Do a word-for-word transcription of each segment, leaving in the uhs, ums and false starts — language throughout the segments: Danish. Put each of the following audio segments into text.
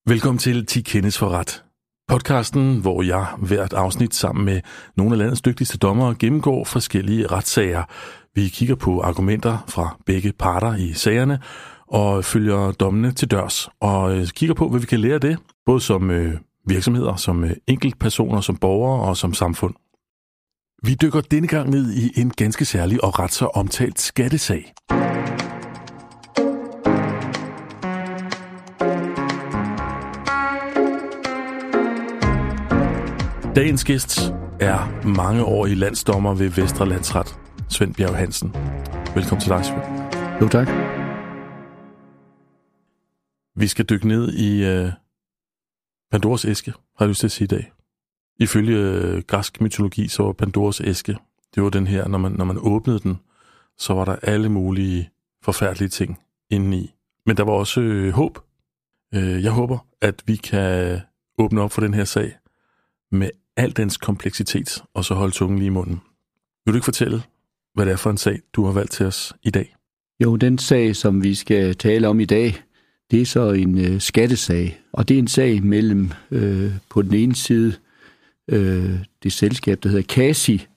Velkommen til Ti Kendes for Ret. Podcasten, hvor jeg hvert afsnit sammen med nogle af landets dygtigste dommere gennemgår forskellige retssager. Vi kigger på argumenter fra begge parter i sagerne og følger dommene til dørs og kigger på, hvad vi kan lære af det, både som øh, virksomheder, som øh, enkeltpersoner, som borgere og som samfund. Vi dykker denne gang ned i en ganske særlig og ret så omtalt skattesag. Dagens gæst er mangeårig landsdommer ved Vestre Landsret, Svend Bjerg Hansen. Velkommen til dig, Svend. Jo, tak. Vi skal dykke ned i uh, Pandoras æske, har jeg lyst til at sige i dag. Ifølge uh, græsk mytologi, så var Pandoras æske, det var den her, når man, når man åbnede den, så var der alle mulige forfærdelige ting indeni. Men der var også uh, håb. Uh, jeg håber, at vi kan åbne op for den her sag med al dens kompleksitet, og så holde tungen lige i munden. Vil du ikke fortælle, hvad det er for en sag, du har valgt til os i dag? Jo, den sag, som vi skal tale om i dag, det er så en øh, skattesag. Og det er en sag mellem øh, på den ene side øh, det selskab, der hedder Kasi,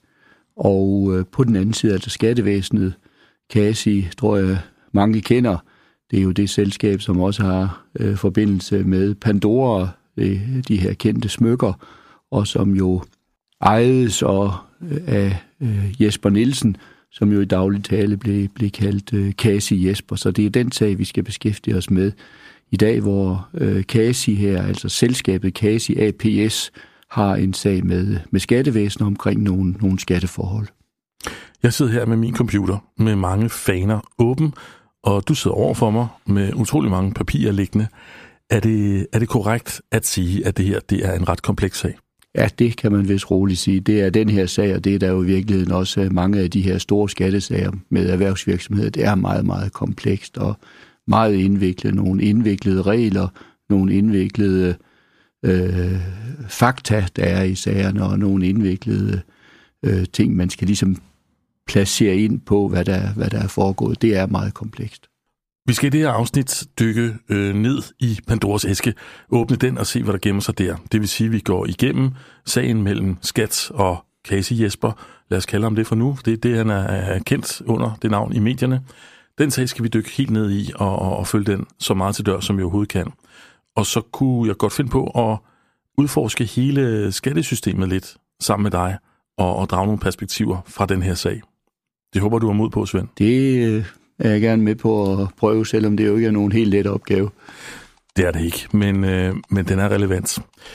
og øh, på den anden side altså skattevæsenet. Kasi, tror jeg, mange kender. Det er jo det selskab, som også har øh, forbindelse med Pandora, øh, de her kendte smykker, og som jo ejedes og, øh, af øh, Jesper Nielsen, som jo i daglig tale blev, blev kaldt øh, Kasi Jesper. Så det er den sag, vi skal beskæftige os med i dag, hvor øh, Kasi her, altså selskabet Kasi A P S, har en sag med, med skattevæsenet omkring nogle, nogle skatteforhold. Jeg sidder her med min computer med mange faner åben, og du sidder over for mig med utrolig mange papirer liggende. Er det, er det korrekt at sige, at det her det er en ret kompleks sag? Ja, det kan man vist roligt sige. Det er den her sag, og det er der jo i virkeligheden også mange af de her store skattesager med erhvervsvirksomheder. Det er meget, meget komplekst og meget indviklet. Nogle indviklede regler, nogle indviklede øh, fakta, der er i sagerne, og nogle indviklede øh, ting, man skal ligesom placere ind på, hvad der, hvad der er foregået. Det er meget komplekst. Vi skal i det her afsnit dykke øh, ned i Pandoras æske, åbne den og se, hvad der gemmer sig der. Det vil sige, at vi går igennem sagen mellem Skat og Kasi Jesper. Lad os kalde ham det for nu. Det er det, han er kendt under det navn i medierne. Den sag skal vi dykke helt ned i og, og, og følge den så meget til dør, som vi overhovedet kan. Og så kunne jeg godt finde på at udforske hele skattesystemet lidt sammen med dig og, og drage nogle perspektiver fra den her sag. Det håber du er mod på, Svend. Det er jeg gerne med på at prøve, selvom det jo ikke er nogen helt let opgave. Det er det ikke, men, øh, men den er relevant.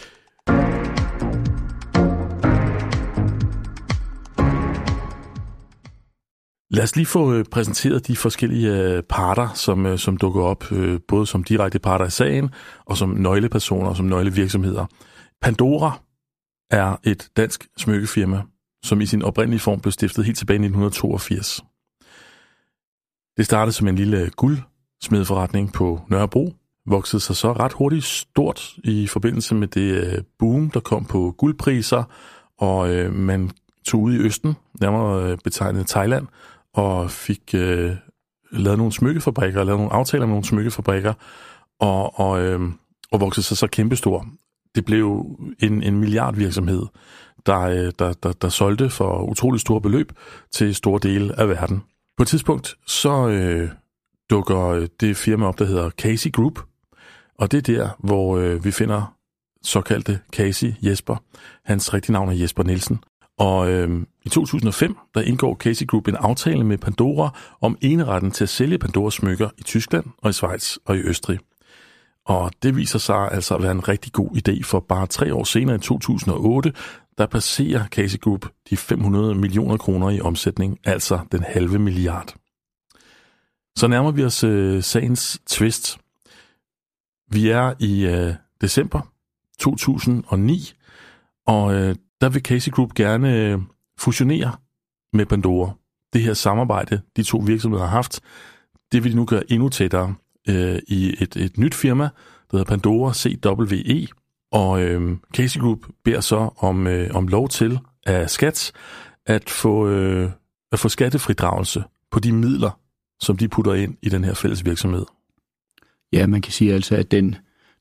Lad os lige få præsenteret de forskellige parter, som, som dukker op, både som direkte parter i sagen, og som nøglepersoner og som nøglevirksomheder. Pandora er et dansk smykkefirma, som i sin oprindelige form blev stiftet helt tilbage i nitten toogfirs. Det startede som en lille guldsmedeforretning på Nørrebro, voksede sig så ret hurtigt stort i forbindelse med det boom, der kom på guldpriser, og øh, man tog ud i Østen, nærmere betegnet Thailand, og fik øh, lavet nogle smykkefabrikker, lavet nogle aftaler med nogle smykkefabrikker, og, og, øh, og voksede sig så kæmpestor. Det blev en, en milliardvirksomhed, der, der, der, der solgte for utrolig store beløb til store dele af verden. På et tidspunkt så øh, dukker det firma op, der hedder Kasi Group, og det er der, hvor øh, vi finder såkaldte Kasi Jesper. Hans rigtige navn er Jesper Nielsen. Og øh, i to tusind og fem, der indgår Kasi Group en aftale med Pandora om eneretten til at sælge Pandoras smykker i Tyskland og i Schweiz og i Østrig. Og det viser sig altså at være en rigtig god idé, for bare tre år senere i to tusind og otte, der passerer Kasi Group de fem hundrede millioner kroner i omsætning, altså den halve milliard. Så nærmer vi os øh, sagens twist. Vi er i øh, december to tusind og ni, og øh, der vil Kasi Group gerne øh, fusionere med Pandora. Det her samarbejde, de to virksomheder har haft, det vil de nu gøre endnu tættere øh, i et, et nyt firma, der hedder Pandora C W E, og øh, Kasi Group beder så om, øh, om lov til af Skat at få, øh, at få skattefridragelse på de midler, som de putter ind i den her fælles virksomhed. Ja, man kan sige altså, at den,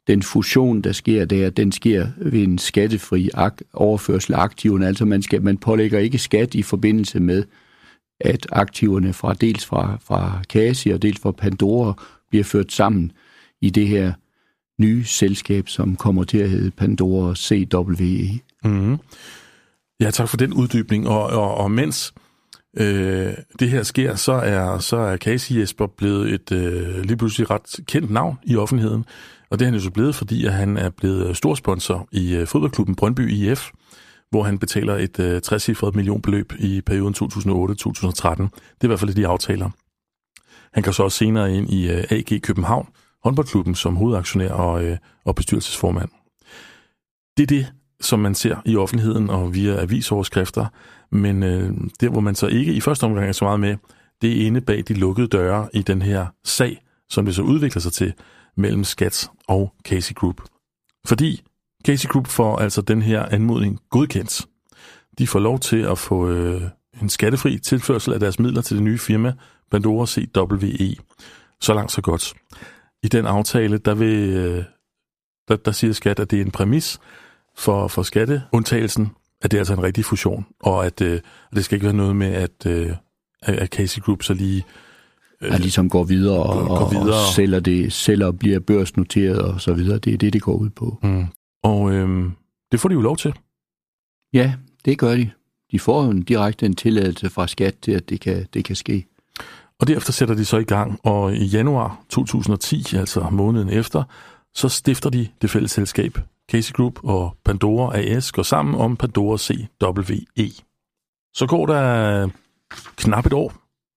den fusion, der sker der, den sker ved en skattefri ak- overførsel af aktiverne. Altså man, skal, man pålægger ikke skat i forbindelse med, at aktiverne fra dels fra, fra Kasi og dels fra Pandora bliver ført sammen i det her nye selskab, som kommer til at hedde Pandora C W E. Mm-hmm. Ja, tak for den uddybning. Og, og, og mens øh, det her sker, så er, så er Kasi Jesper blevet et øh, lige pludselig ret kendt navn i offentligheden. Og det er han jo så blevet, fordi at han er blevet storsponsor i øh, fodboldklubben Brøndby I F, hvor han betaler et øh, trecifret millionbeløb i perioden to tusind og otte til to tusind og tretten. Det er i hvert fald de aftaler. Han går så også senere ind i øh, A G København, håndboldklubben, som hovedaktionær og, øh, og bestyrelsesformand. Det er det, som man ser i offentligheden og via avisoverskrifter, men øh, der, hvor man så ikke i første omgang er så meget med, det er inde bag de lukkede døre i den her sag, som det så udvikler sig til mellem Skat og Kasi Group. Fordi Kasi Group får altså den her anmodning godkendt. De får lov til at få øh, en skattefri tilførsel af deres midler til det nye firma, Pandora C W E. Så langt, så godt. I den aftale, der, vil, øh, der, der siger Skat, at det er en præmis for, for skatteundtagelsen, at det er altså en rigtig fusion, og at øh, det skal ikke være noget med, at, øh, at Kasi Group så lige øh, at ligesom går videre og, går videre. og sælger det, sælger og bliver børsnoteret og så videre. Det er det, det går ud på. Mm. Og øh, det får de jo lov til. Ja, det gør de. De får jo en direkte en tilladelse fra Skat til, at det kan, det kan ske. Og derefter sætter de så i gang, og i januar to tusind og ti, altså måneden efter, så stifter de det fælles selskab. Kasi Group og Pandora A S går sammen om Pandora C W E. Så går der knap et år,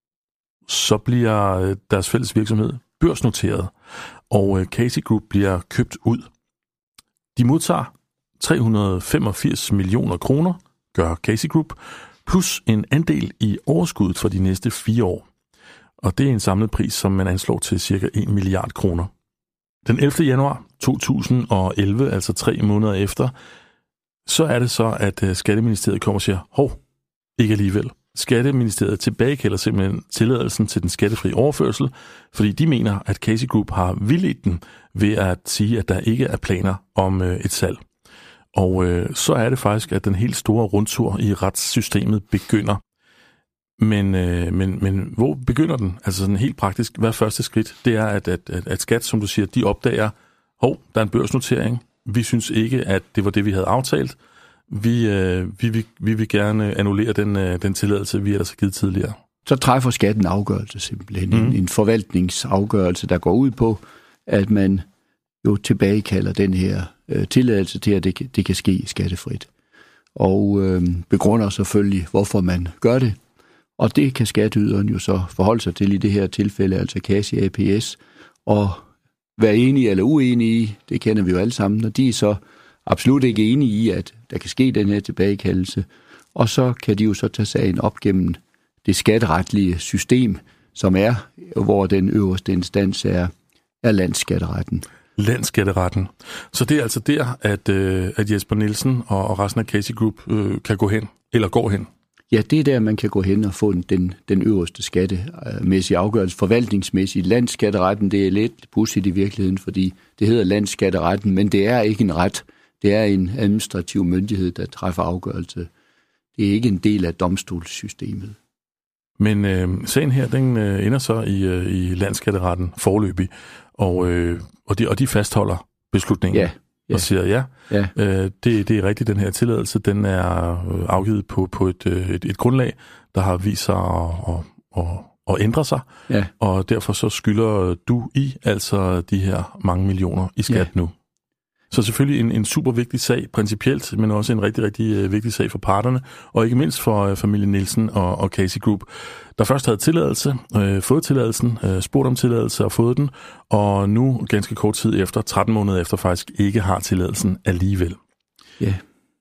så bliver deres fælles virksomhed børsnoteret, og Kasi Group bliver købt ud. De modtager tre hundrede og femogfirs millioner kroner, gør Kasi Group, plus en andel i overskuddet for de næste fire år. Og det er en samlet pris, som man anslår til cirka en milliard kroner. Den ellevte januar to tusind og elleve, altså tre måneder efter, så er det så, at Skatteministeriet kommer og siger, hov, ikke alligevel. Skatteministeriet tilbagekalder simpelthen tilladelsen til den skattefri overførsel, fordi de mener, at Kasi Group har vildledt den ved at sige, at der ikke er planer om øh, et salg. Og øh, så er det faktisk, at den helt store rundtur i retssystemet begynder. Men, øh, men, men hvor begynder den? Altså sådan helt praktisk, hvad er første skridt? Det er, at, at, at, at Skat, som du siger, de opdager, hov, der er en børsnotering. Vi synes ikke, at det var det, vi havde aftalt. Vi, øh, vi, vi, vi vil gerne annullere den, øh, den tilladelse, vi ellers har givet tidligere. Så træffer Skat en afgørelse simpelthen. Mm. En, en forvaltningsafgørelse, der går ud på, at man jo tilbagekalder den her øh, tilladelse til, at det, det kan ske skattefrit. Og øh, begrunder selvfølgelig, hvorfor man gør det. Og det kan skatteyderen jo så forholde sig til i det her tilfælde, altså Kasi A P S, og være enige eller uenige i, det kender vi jo alle sammen, og de er så absolut ikke enige i, at der kan ske den her tilbagekaldelse, og så kan de jo så tage sagen op gennem det skatteretlige system, som er, hvor den øverste instans er, er landsskatteretten. Landsskatteretten. Så det er altså der, at, øh, at Jesper Nielsen og, og resten af Kasi Group øh, kan gå hen, eller går hen. Ja, det er der, man kan gå hen og få den, den øverste skattemæssige afgørelse. Forvaltningsmæssigt landsskatteretten, det er lidt pudsigt i virkeligheden, fordi det hedder landsskatteretten, men det er ikke en ret. Det er en administrativ myndighed, der træffer afgørelse. Det er ikke en del af domstolssystemet. Men øh, sagen her, den øh, ender så i, øh, i landsskatteretten foreløbig, og, øh, og, de, og de fastholder beslutningen. Ja. Ja. Og siger, ja, ja. Øh, det, det er rigtigt, den her tilladelse, den er afgivet på, på et, et, et grundlag, der har vist sig at, at, at, at ændre sig, ja. Og derfor så skylder du i altså de her mange millioner i skat ja. nu. Så selvfølgelig en, en super vigtig sag, principielt, men også en rigtig, rigtig uh, vigtig sag for parterne, og ikke mindst for uh, familien Nielsen og, og Kasi Group, der først havde tilladelse, øh, fået tilladelsen, øh, spurgt om tilladelse og fået den, og nu ganske kort tid efter, tretten måneder efter, faktisk ikke har tilladelsen alligevel. Ja. Yeah.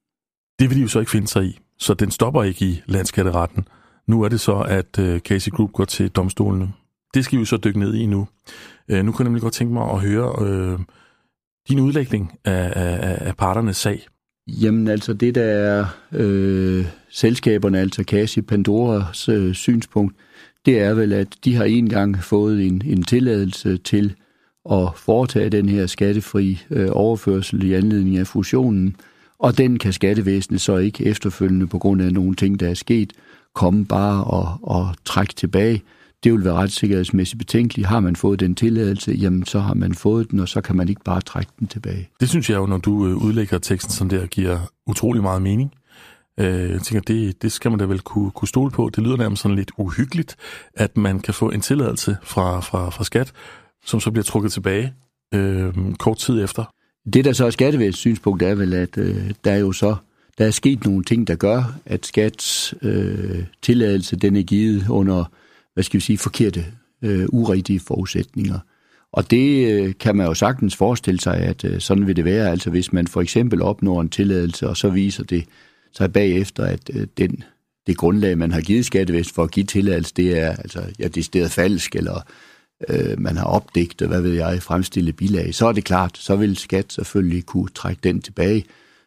Det vil de jo så ikke finde sig i, så den stopper ikke i landsskatteretten. Nu er det så, at øh, Kasi Group går til domstolene. Det skal vi jo så dykke ned i nu. Øh, nu kunne jeg nemlig godt tænke mig at høre øh, din udlægning af, af, af parternes sag. Jamen altså det, der er øh, selskaberne, altså Kasi Pandoras øh, synspunkt, det er vel, at de har engang fået en, en tilladelse til at foretage den her skattefri øh, overførsel i anledning af fusionen, og den kan skattevæsenet så ikke efterfølgende på grund af nogle ting, der er sket, komme bare og, og trække tilbage. Det vil være retssikkerhedsmæssigt betænkeligt. Har man fået den tilladelse, jamen så har man fået den, og så kan man ikke bare trække den tilbage. Det synes jeg jo, når du udlægger teksten sådan der, giver utrolig meget mening. Jeg tænker, det, det skal man da vel kunne, kunne stole på. Det lyder nærmest sådan lidt uhyggeligt, at man kan få en tilladelse fra, fra, fra skat, som så bliver trukket tilbage øh, kort tid efter. Det, der så er skattevæsenets synspunkt, er vel, at øh, der er jo så der er sket nogle ting, der gør, at skats øh, tilladelse, den er givet under, hvad skal vi sige, forkerte, øh, urigtige forudsætninger. Og det øh, kan man jo sagtens forestille sig, at øh, sådan vil det være. Altså hvis man for eksempel opnår en tilladelse, og så viser det sig bagefter, at øh, den, det grundlag, man har givet skattevæsenet for at give tilladelse, det er altså ja, decideret falsk, eller øh, man har opdigtet, hvad ved jeg, fremstillet bilag, så er det klart, så vil skat selvfølgelig kunne trække den tilbage,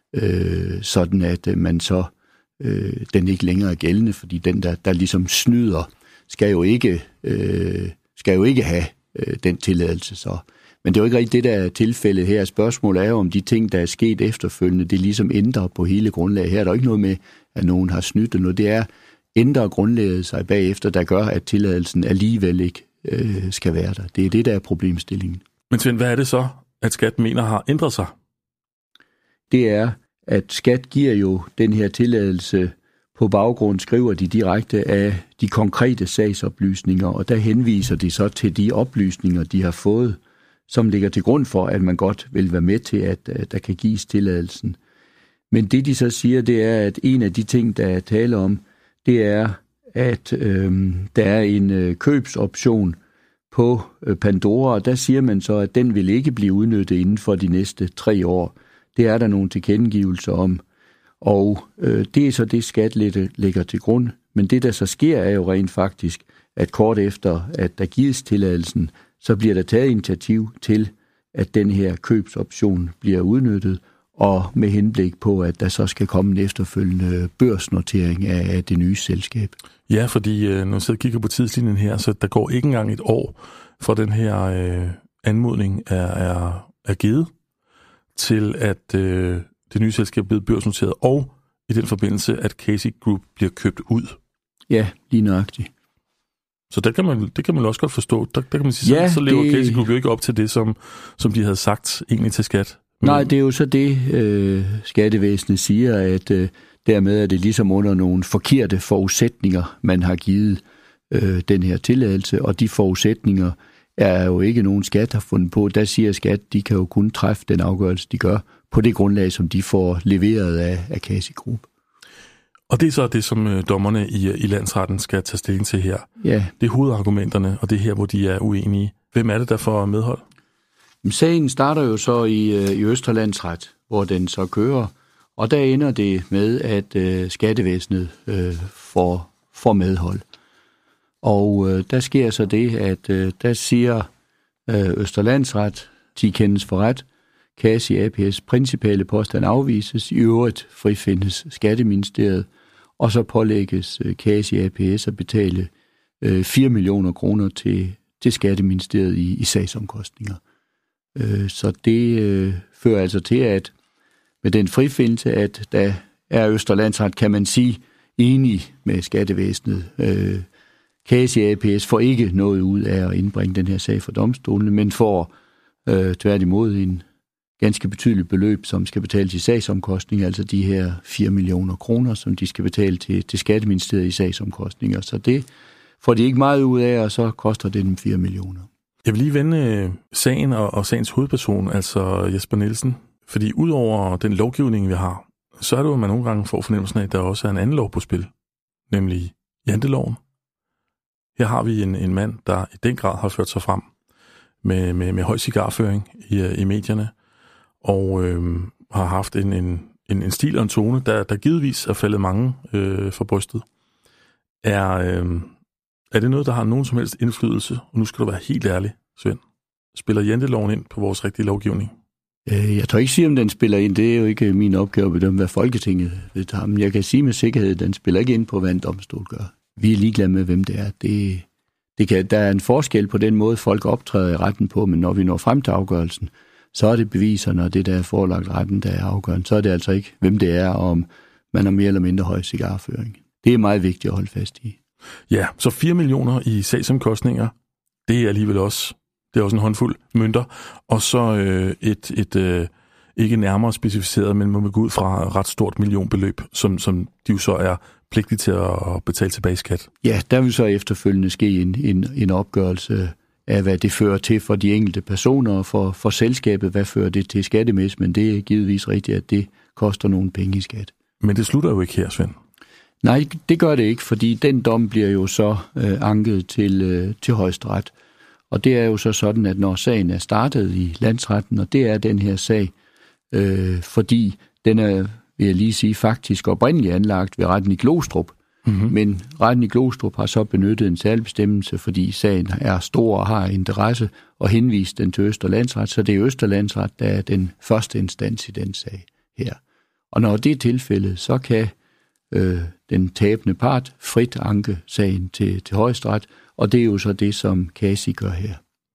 øh, sådan at øh, man så øh, den ikke længere er gældende, fordi den, der, der ligesom snyder, skal jo ikke, øh, skal jo ikke have øh, den tilladelse. Så. Men det er jo ikke rigtigt det, der er tilfældet her. Spørgsmålet er jo, om de ting, der er sket efterfølgende, det ligesom ændrer på hele grundlaget. Her er der ikke noget med, at nogen har snydt noget. Det er ændrer grundlaget sig bagefter, der gør, at tilladelsen alligevel ikke øh, skal være der. Det er det, der er problemstillingen. Men Svend, hvad er det så, at skat mener har ændret sig? Det er, at skat giver jo den her tilladelse på baggrund, skriver de direkte af de konkrete sagsoplysninger, og der henviser de så til de oplysninger, de har fået, som ligger til grund for, at man godt vil være med til, at, at der kan gives tilladelsen. Men det, de så siger, det er, at en af de ting, der er tale om, det er, at øh, der er en øh, købsoption på øh, Pandora, og der siger man så, at den vil ikke blive udnyttet inden for de næste tre år. Det er der nogle tilkendegivelser om, og øh, det er så det, skat lægger til grund. Men det, der så sker, er jo rent faktisk, at kort efter, at der gives tilladelsen, så bliver der taget initiativ til, at den her købsoption bliver udnyttet, og med henblik på, at der så skal komme en efterfølgende børsnotering af det nye selskab. Ja, fordi øh, når jeg sidder og kigger på tidslinjen her, så der går ikke engang et år, for den her øh, anmodning er, er, er givet til, at øh, det nye selskab bliver børsnoteret, og i den forbindelse, at Casey Group bliver købt ud. Ja, lige nøjagtigt. Så der kan man, det kan man også godt forstå. Der, der kan man sige, ja, så, så lever det... Casey Group jo ikke op til det, som, som de havde sagt egentlig til skat. Men... Nej, det er jo så det, øh, skattevæsenet siger, at øh, dermed er det ligesom under nogle forkerte forudsætninger, man har givet øh, den her tilladelse, og de forudsætninger er jo ikke nogen skat har fundet på. Der siger skat, de kan jo kun træffe den afgørelse, de gør, på det grundlag, som de får leveret af, af Casey Group. Og det er så det, som øh, dommerne i, i landsretten skal tage stilling til her. Ja. Det er hovedargumenterne, og det er her, hvor de er uenige. Hvem er det, der får medhold? Sagen starter jo så i, i Østre Landsret, hvor den så kører, og der ender det med, at øh, skattevæsenet øh, får, får medhold. Og øh, der sker så det, at øh, der siger øh, Østre Landsret, de kendes for ret, Casey A P S principale påstand afvises, i øvrigt frifindes Skatteministeriet, og så pålægges øh, Casey A P S at betale øh, fire millioner kroner til, til Skatteministeriet i, i sagsomkostninger. Øh, så det øh, fører altså til, at med den frifindelse, at der er Østre Landsret, kan man sige, enig med skattevæsenet. Øh, Casey A P S får ikke noget ud af at indbringe den her sag for domstolene, men får øh, tværtimod en ganske betydeligt beløb, som skal betales i sagsomkostninger, altså de her fire millioner kroner, som de skal betale til, til Skatteministeriet i sagsomkostninger. Så det får de ikke meget ud af, og så koster det dem fire millioner. Jeg vil lige vende sagen og, og sagens hovedperson, altså Jesper Nielsen. Fordi udover den lovgivning, vi har, så er det jo, at man nogle gange får fornemmelsen af, at der også er en anden lov på spil, nemlig janteloven. Her har vi en, en mand, der i den grad har ført sig frem med, med, med høj cigarføring i, i medierne, og øh, har haft en, en, en, en stil og en tone, der, der givetvis er faldet mange øh, for brystet. Er, øh, er det noget, der har nogen som helst indflydelse? Og nu skal du være helt ærlig, Svend. Spiller janteloven ind på vores rigtige lovgivning? Jeg tror ikke sige, om den spiller ind. Det er jo ikke min opgave at bedømme, hvad Folketinget vil tage. Men jeg kan sige med sikkerhed, at den spiller ikke ind på, hvad en domstol gør. Vi er ligeglade med, hvem det er. Det, det kan, der er en forskel på den måde, folk optræder i retten på, men når vi når frem til afgørelsen, så er det beviserne, og det, der er forelagt retten, der er afgørende. Så er det altså ikke, hvem det er, og om man har mere eller mindre høj cigarføring. Det er meget vigtigt at holde fast i. Ja, så fire millioner i sagsomkostninger, det er alligevel også, det er også en håndfuld mønter, og så øh, et, et øh, ikke nærmere specificeret, men må man gå ud fra ret stort millionbeløb, som, som de jo så er pligtige til at betale tilbage i skat. Ja, der vil så efterfølgende ske en, en, en opgørelse af, hvad det fører til for de enkelte personer, og for, for selskabet, hvad fører det til skattemæssigt, men det er givetvis rigtigt, at det koster nogle penge i skat. Men det slutter jo ikke her, Svend. Nej, det gør det ikke, fordi den dom bliver jo så øh, anket til, øh, til Højesteret. Og det er jo så sådan, at når sagen er startet i landsretten, og det er den her sag, øh, fordi den er, vil jeg lige sige, faktisk oprindeligt anlagt ved retten i Glostrup. Mm-hmm. Men retten i Glostrup har så benyttet en særlig bestemmelse, fordi sagen er stor og har interesse, og henvist den til Østerlandsret. Så det er Østerlandsret, der er den første instans i den sag her. Og når det er tilfældet, så kan øh, den tabende part frit anke sagen til, til Højesteret, og det er jo så det, som Kasi gør her.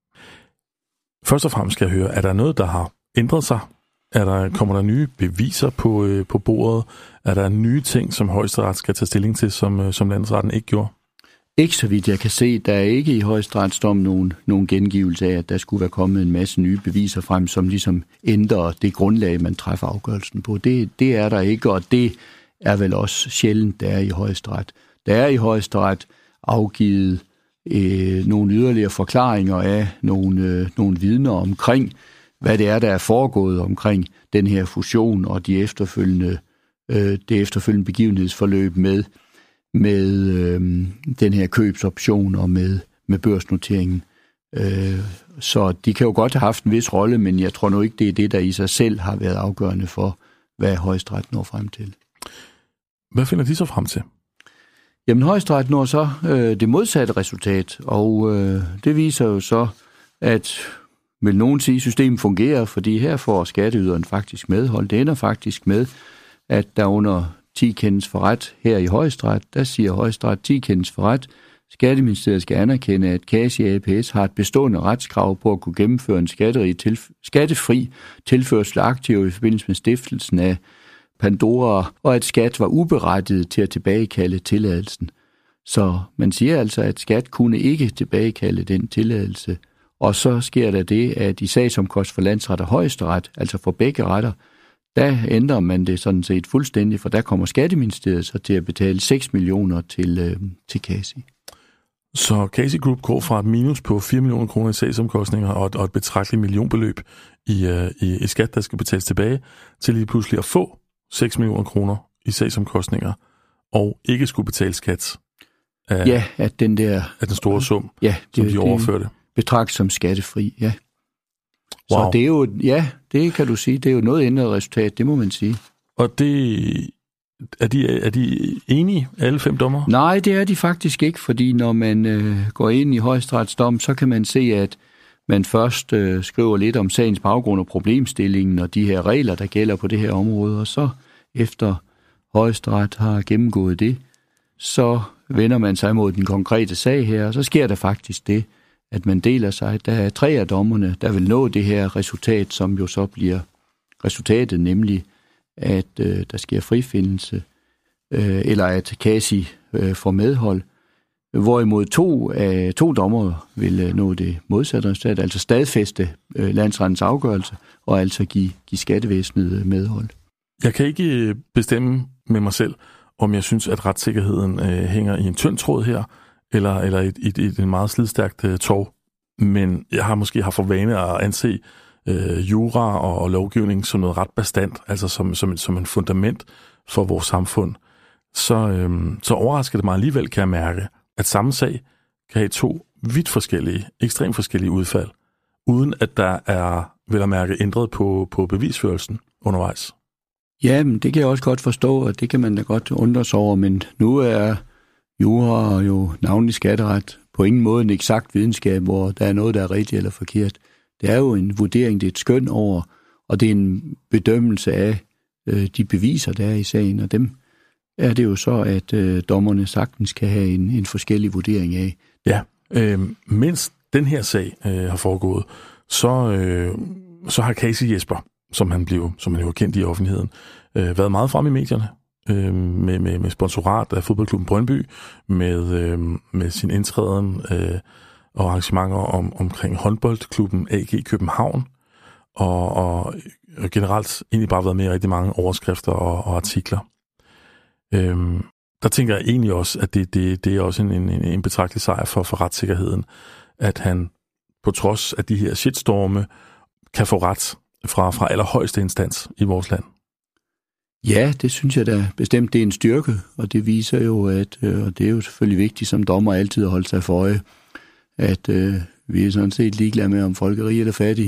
Først og fremmest skal jeg høre, er der noget, der har ændret sig? Er der, kommer der nye beviser på, øh, på bordet? Er der nye ting, som Højesteret skal tage stilling til, som, øh, som landsretten ikke gjorde? Ikke så vidt jeg kan se. Der er ikke i Højesteretsdom nogen, nogen gengivelse af, at der skulle være kommet en masse nye beviser frem, som ligesom ændrer det grundlag, man træffer afgørelsen på. Det, det er der ikke, og det er vel også sjældent, der er i Højesteret. Der er i Højesteret afgivet øh, nogle yderligere forklaringer af nogle, øh, nogle vidner omkring, hvad det er, der er foregået omkring den her fusion og de efterfølgende, øh, det efterfølgende begivenhedsforløb med, med øh, den her købsoption og med, med børsnoteringen. Øh, så de kan jo godt have haft en vis rolle, men jeg tror nu ikke, det er det, der i sig selv har været afgørende for, hvad Højesteret når frem til. Hvad finder de så frem til? Jamen, Højesteret når så øh, det modsatte resultat, og øh, det viser jo så, at vil nogen sige, at systemet fungerer, fordi her får skatteyderen faktisk medhold. Det ender faktisk med, at der under ti kendes for ret her i Højesteret, der siger Højesteret ti kendes for ret. Skatteministeriet skal anerkende, at Kasi A P S har et bestående retskrav på at kunne gennemføre en tilf- skattefri tilførsel af aktiver i forbindelse med stiftelsen af Pandora, og at skat var uberettiget til at tilbagekalde tilladelsen. Så man siger altså, at skat kunne ikke tilbagekalde den tilladelse. Og så sker der det, at i sagsomkost for landsret og Højesteret, altså for begge retter, der ændrer man det sådan set fuldstændig, for der kommer Skatteministeriet så til at betale seks millioner til, øh, til Kasi. Så Kasi Group går fra et minus på fire millioner kroner i sagsomkostninger og et, og et betragteligt millionbeløb i, øh, i, i skat, der skal betales tilbage, til lige pludselig at få seks millioner kroner i sagsomkostninger og ikke skulle betale skat af, ja, at den, der, af den store sum, ja, det, som de overførte. Betragt som skattefri, ja. Wow. Så det er jo, ja, det kan du sige, det er jo noget ændret resultat, det må man sige. Og det, er de, er de enige, alle fem dommer? Nej, det er de faktisk ikke, fordi når man øh, går ind i Højesteretsdom, så kan man se, at man først øh, skriver lidt om sagens baggrund og problemstillingen og de her regler, der gælder på det her område, og så efter Højesteret har gennemgået det, så vender man sig mod den konkrete sag her, og så sker der faktisk det, at man deler sig. Der er tre af dommerne, der vil nå det her resultat, som jo så bliver resultatet, nemlig at øh, der sker frifindelse, øh, eller at Kasi øh, får medhold, hvorimod to af to dommere vil øh, nå det modsatte resultat, altså stadfæste øh, landsrettens afgørelse, og altså give, give skattevæsenet medhold. Jeg kan ikke bestemme med mig selv, om jeg synes, at retssikkerheden øh, hænger i en tynd tråd her, eller, eller et, et, et, et meget slidstærkt øh, tov. Men jeg har måske haft for vane at anse øh, jura og, og lovgivning som noget ret bastant, altså som, som, som en fundament for vores samfund. Så, øh, så overrasker det mig alligevel, kan jeg mærke, at samme sag kan have to vidt forskellige, ekstremt forskellige udfald, uden at der er, vel at mærke, ændret på, på bevisførelsen undervejs. Ja, men det kan jeg også godt forstå, og det kan man da godt undre sig over, men nu er jura og jo navnlig skatteret på ingen måde en eksakt videnskab, hvor der er noget, der er rigtigt eller forkert. Det er jo en vurdering, det er et skøn over, og det er en bedømmelse af øh, de beviser, der er i sagen, og dem er det jo så, at øh, dommerne sagtens kan have en, en forskellig vurdering af. Ja. Øh, mens den her sag øh, har foregået, så, øh, så har Casey Jesper, som han blev, som han jo er kendt i offentligheden, øh, været meget frem i medierne øh, med, med, med sponsorat af fodboldklubben Brøndby, med, øh, med sin indtræden øh, og arrangementer om, omkring håndboldklubben A G København, og, og generelt egentlig bare været med i rigtig mange overskrifter og, og artikler. Øh, der tænker jeg egentlig også, at det, det, det er også en, en, en betragtelig sejr for, for retssikkerheden, at han på trods af de her shitstorme kan få ret fra, fra allerhøjeste instans i vores land. Ja, det synes jeg da bestemt, det er en styrke, og det viser jo, at, og det er jo selvfølgelig vigtigt som dommer altid at holde sig for øje, at øh, vi er sådan set ligeglade med, om folk er rige eller fattige,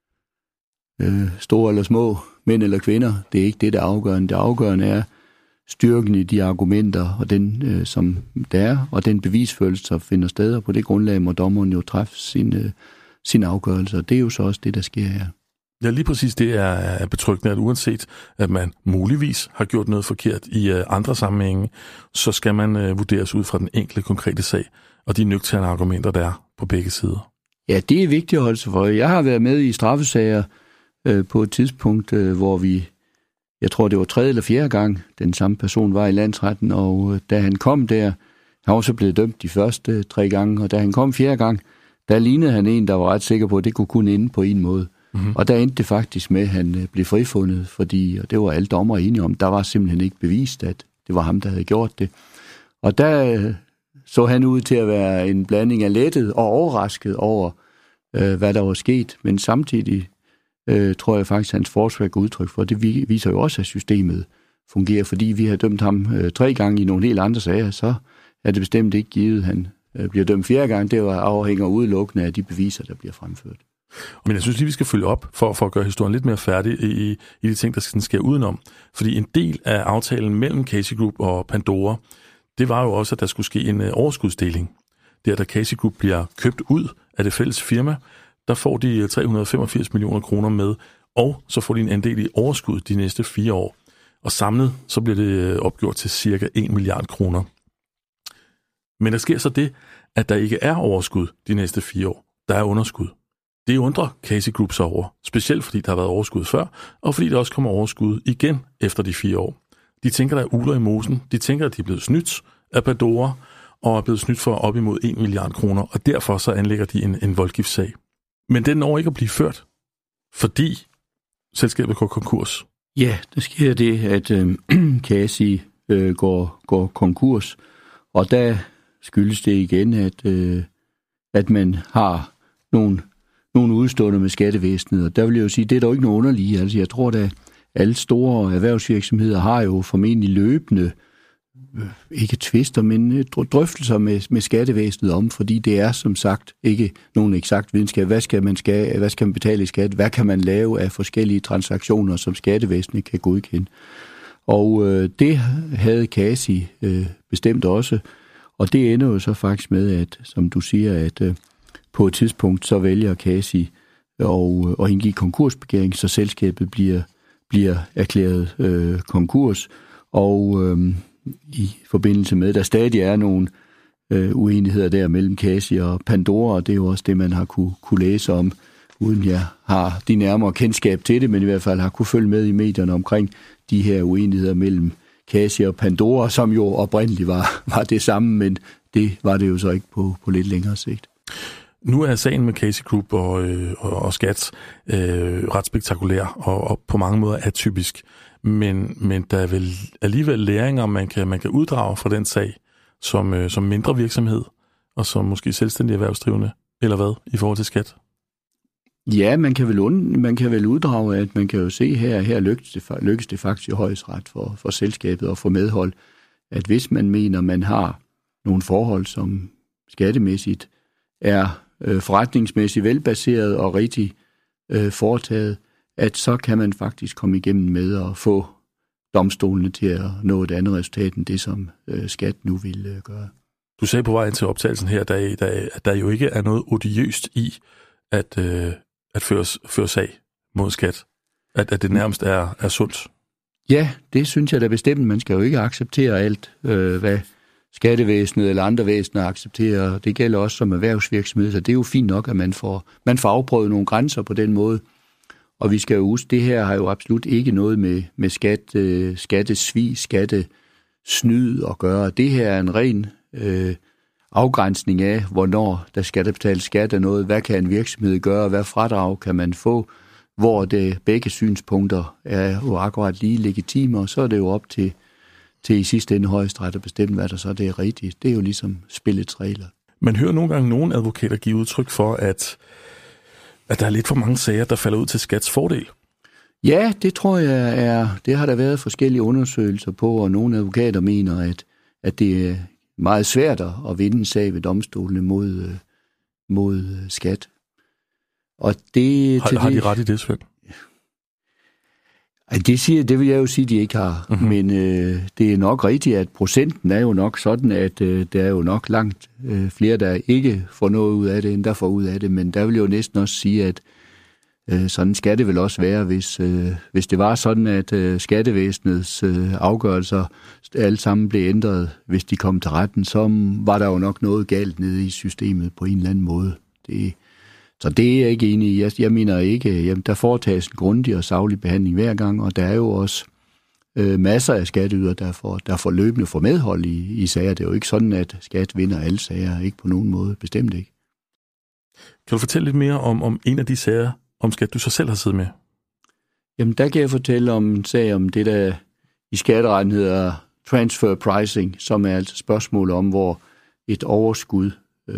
øh, store eller små, mænd eller kvinder. Det er ikke det, der er afgørende. Det afgørende er styrken i de argumenter, og den, øh, som der er, og den bevisførelse, som finder sted, og på det grundlag må dommeren jo træffe sin, øh, sin afgørelse, og det er jo så også det, der sker her. Ja, lige præcis det er betryggende, at uanset at man muligvis har gjort noget forkert i uh, andre sammenhænge, så skal man uh, vurderes ud fra den enkelte konkrete sag, og de nøgterne argumenter, der er på begge sider. Ja, det er vigtigt at holde sig for. Jeg har været med i straffesager øh, på et tidspunkt, øh, hvor vi, jeg tror det var tredje eller fjerde gang, den samme person var i landsretten, og øh, da han kom der, han var så blevet dømt de første øh, tre gange, og da han kom fjerde gang, der lignede han en, der var ret sikker på, at det kunne kun ende på en måde. Mm-hmm. Og der endte det faktisk med, at han blev frifundet, fordi, og det var alle dommer enige om, der var simpelthen ikke bevist, at det var ham, der havde gjort det. Og der så han ud til at være en blanding af lettet og overrasket over, øh, hvad der var sket. Men samtidig øh, tror jeg faktisk, at hans forsvar går udtryk for, det viser jo også, at systemet fungerer, fordi vi har dømt ham øh, tre gange i nogle helt andre sager, så er det bestemt ikke givet, han øh, bliver dømt fjerde gang. Det var afhænger udelukkende af de beviser, der bliver fremført. Men jeg synes lige, vi skal følge op for, for at gøre historien lidt mere færdig i, i de ting, der skal ske udenom. Fordi en del af aftalen mellem Casey Group og Pandora, det var jo også, at der skulle ske en uh, overskudsdeling. Der, da Casey Group bliver købt ud af det fælles firma, der får de tre hundrede og femogfirs millioner kroner med, og så får de en andel i overskud de næste fire år. Og samlet, så bliver det opgjort til cirka en milliard kroner. Men der sker så det, at der ikke er overskud de næste fire år. Der er underskud. Det undrer Casey Group sig over, specielt fordi der har været overskud før, og fordi der også kommer overskud igen efter de fire år. De tænker, der er uler i mosen. De tænker, at de er blevet snydt af Pandora, og er blevet snydt for op imod en milliard kroner, og derfor så anlægger de en, en voldgiftssag. Men den når ikke at blive ført, fordi selskabet går konkurs. Ja, der sker det, at øh, Casey øh, går, går konkurs, og der skyldes det igen, at, øh, at man har nogle nogle udstående med skattevæsenet, og der vil jeg jo sige, det er der jo ikke noget underlige. Altså, jeg tror, at alle store erhvervsvirksomheder har jo formentlig løbende, ikke tvister, men drøftelser med, med skattevæsenet om, fordi det er som sagt ikke nogen eksakt videnskab. Hvad skal man, skal, hvad skal man betale i skat? Hvad kan man lave af forskellige transaktioner, som skattevæsenet kan godkende? Og øh, det havde Casey øh, bestemt også, og det ender jo så faktisk med, at, som du siger, at øh, på et tidspunkt, så vælger Casey at, at indgive konkursbegæring, så selskabet bliver, bliver erklæret øh, konkurs. Og øh, i forbindelse med, der stadig er nogle øh, uenigheder der mellem Casey og Pandora, og det er jo også det, man har kunne, kunne læse om, uden jeg har de nærmere kendskab til det, men i hvert fald har kunne følge med i medierne omkring de her uenigheder mellem Casey og Pandora, som jo oprindeligt var, var det samme, men det var det jo så ikke på, på lidt længere sigt. Nu er sagen med Casey Group og, øh, og, og Skat øh, ret spektakulær og, og på mange måder atypisk. Men, men der er vel alligevel læringer, man kan, man kan uddrage fra den sag som, øh, som mindre virksomhed og som måske selvstændig erhvervsdrivende, eller hvad, i forhold til Skat? Ja, man kan vel, und, man kan vel uddrage, at man kan jo se her, her lykkes det, lykkes det faktisk i højesteret for, for selskabet at få medhold, at hvis man mener, man har nogle forhold, som skattemæssigt er øh, forretningsmæssigt velbaseret og rigtig øh, foretaget, at så kan man faktisk komme igennem med at få domstolene til at nå et andet resultat end det, som øh, Skat nu vil øh, gøre. Du sagde på vejen til optagelsen her, der, der, at der jo ikke er noget odiøst i at, øh, at føre, føre sag mod Skat. At, at det nærmest er, er sundt. Ja, det synes jeg da bestemt. Man skal jo ikke acceptere alt, øh, hvad skattevæsenet eller andre væsener accepterer. Det gælder også som erhvervsvirksomhed, så det er jo fint nok, at man får, man får afprøvet nogle grænser på den måde. Og vi skal jo huske, det her har jo absolut ikke noget med, med skat, øh, skattesvig, skattesnyd at gøre. Det her er en ren øh, afgrænsning af, hvornår der skal der betales skat af noget, hvad kan en virksomhed gøre, hvad fradrag kan man få, hvor det begge synspunkter er jo akkurat lige legitime, og så er det jo op til, til i sidste ende Højesteret at bestemme, hvad der så det er rigtigt. Det er jo ligesom spillets regler. Man hører nogle gange nogle advokater give udtryk for, at, at der er lidt for mange sager, der falder ud til skats fordel. Ja, det tror jeg er, det har der været forskellige undersøgelser på, og nogle advokater mener, at, at det er meget svært at vinde en sag ved domstolene mod, mod skat. Og det, har, til har de det, ret i det, Svend? Det, siger, det vil jeg jo sige, de ikke har. Mm-hmm. Men øh, det er nok rigtigt, at procenten er jo nok sådan, at øh, der er jo nok langt øh, flere, der ikke får noget ud af det, end der får ud af det. Men der vil jeg jo næsten også sige, at øh, sådan skal det vel også være, hvis, øh, hvis det var sådan, at øh, skattevæsenets øh, afgørelser alle sammen blev ændret, hvis de kom til retten, så var der jo nok noget galt nede i systemet på en eller anden måde. Det Så det er jeg ikke enig i. Jeg, jeg mener ikke, jamen, der foretages en grundig og saglig behandling hver gang, og der er jo også øh, masser af skatteyder, der får, der får løbende for medhold i, i sager. Det er jo ikke sådan, at skat vinder alle sager, ikke på nogen måde, bestemt ikke. Kan du fortælle lidt mere om, om en af de sager om skat, du så selv har siddet med? Jamen, der kan jeg fortælle om en sag om det, der i skatteretten hedder transfer pricing, som er altså spørgsmål om, hvor et overskud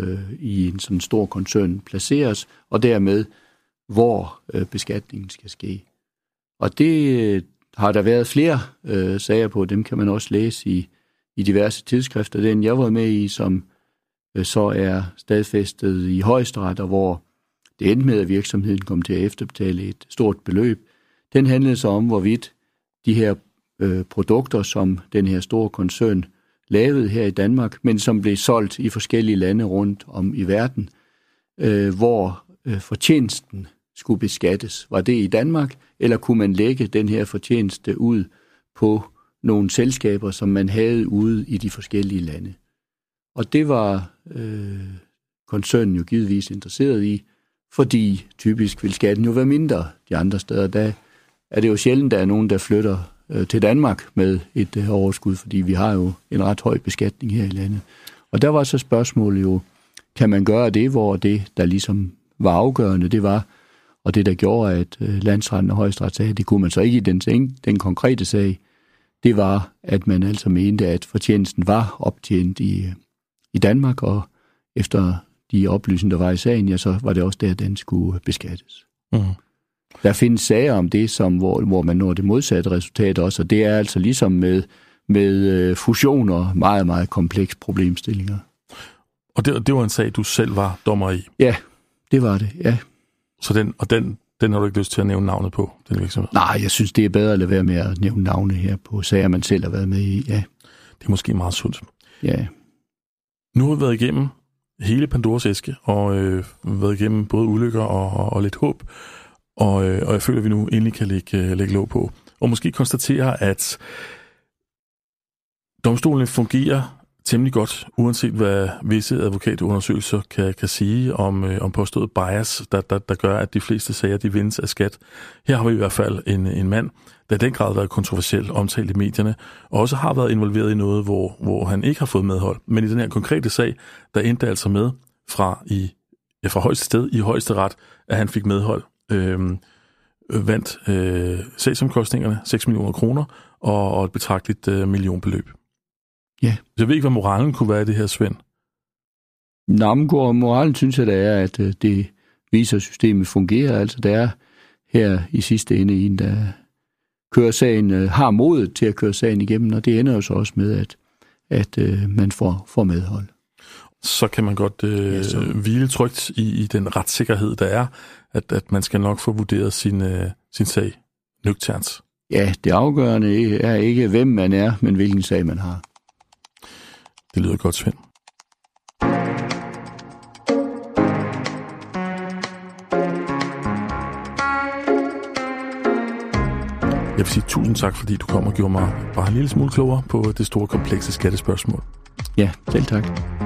i en sådan stor koncern placeres, og dermed, hvor øh, beskatningen skal ske. Og det øh, har der været flere øh, sager på, dem kan man også læse i, i diverse tidsskrifter. Den, jeg var med i, som øh, så er stadfæstet i Højesteret, og hvor det endte med, at virksomheden kom til at efterbetale et stort beløb, den handlede så om, hvorvidt de her øh, produkter, som den her store koncern lavet her i Danmark, men som blev solgt i forskellige lande rundt om i verden, øh, hvor øh, fortjenesten skulle beskattes. Var det i Danmark, eller kunne man lægge den her fortjeneste ud på nogle selskaber, som man havde ude i de forskellige lande? Og det var øh, koncernen jo givetvis interesseret i, fordi typisk vil skatten jo være mindre de andre steder. Der er det jo sjældent, der er nogen, der flytter til Danmark med et uh, overskud, fordi vi har jo en ret høj beskatning her i landet. Og der var så spørgsmålet jo, kan man gøre det, hvor det, der ligesom var afgørende, det var, og det, der gjorde, at uh, landsretten og Højesteret sagde, det kunne man så ikke i den, den konkrete sag, det var, at man altså mente, at fortjenesten var optjent i, i Danmark, og efter de oplysninger, der var i sagen, ja, så var det også der, den skulle beskattes. Mm. Der findes sager om det, som, hvor, hvor man når det modsatte resultat også, og det er altså ligesom med, med fusioner meget, meget komplekse problemstillinger. Og det, det var en sag, du selv var dommer i? Ja, det var det, ja. Så den, og den, den har du ikke lyst til at nævne navnet på, den virksomhed? Nej, jeg synes, det er bedre at lade være med at nævne navne her på sager, man selv har været med i, ja. Det er måske meget sundt. Ja. Nu har vi været igennem hele Pandoras æske, og øh, været igennem både ulykker og, og, og lidt håb. Og, øh, og jeg føler, at vi nu endelig kan lægge, lægge låg på. Og måske konstatere, at domstolene fungerer temmelig godt, uanset hvad visse advokatundersøgelser kan, kan sige om, øh, om påstået bias, der, der, der gør, at de fleste sager de vindes af skat. Her har vi i hvert fald en, en mand, der i den grad har været kontroversiel omtalt i medierne, og også har været involveret i noget, hvor, hvor han ikke har fået medhold. Men i den her konkrete sag, der endte altså med fra, i, ja, fra højeste sted i højeste ret, at han fik medhold. Øhm, vandt øh, sagsomkostningerne, seks millioner kroner, og, og et betragteligt øh, millionbeløb. Ja. Så jeg ved ikke, hvad moralen kunne være i det her, Svend. Nå, men moralen synes jeg, det er, at øh, det viser, at systemet fungerer. Altså, der er her i sidste ende en, der kører sagen, øh, har modet til at køre sagen igennem, og det ender jo så også med, at, at øh, man får, får medhold. Så kan man godt øh, ja, så... hvile trygt i, i den retssikkerhed, der er, at, at man skal nok få vurderet sin, øh, sin sag nøgternt. Ja, det afgørende er ikke, hvem man er, men hvilken sag man har. Det lyder godt, Svend. Jeg vil sige tusind tak, fordi du kom og gjorde mig bare en lille smule klogere på det store komplekse skattespørgsmål. Ja, selv tak.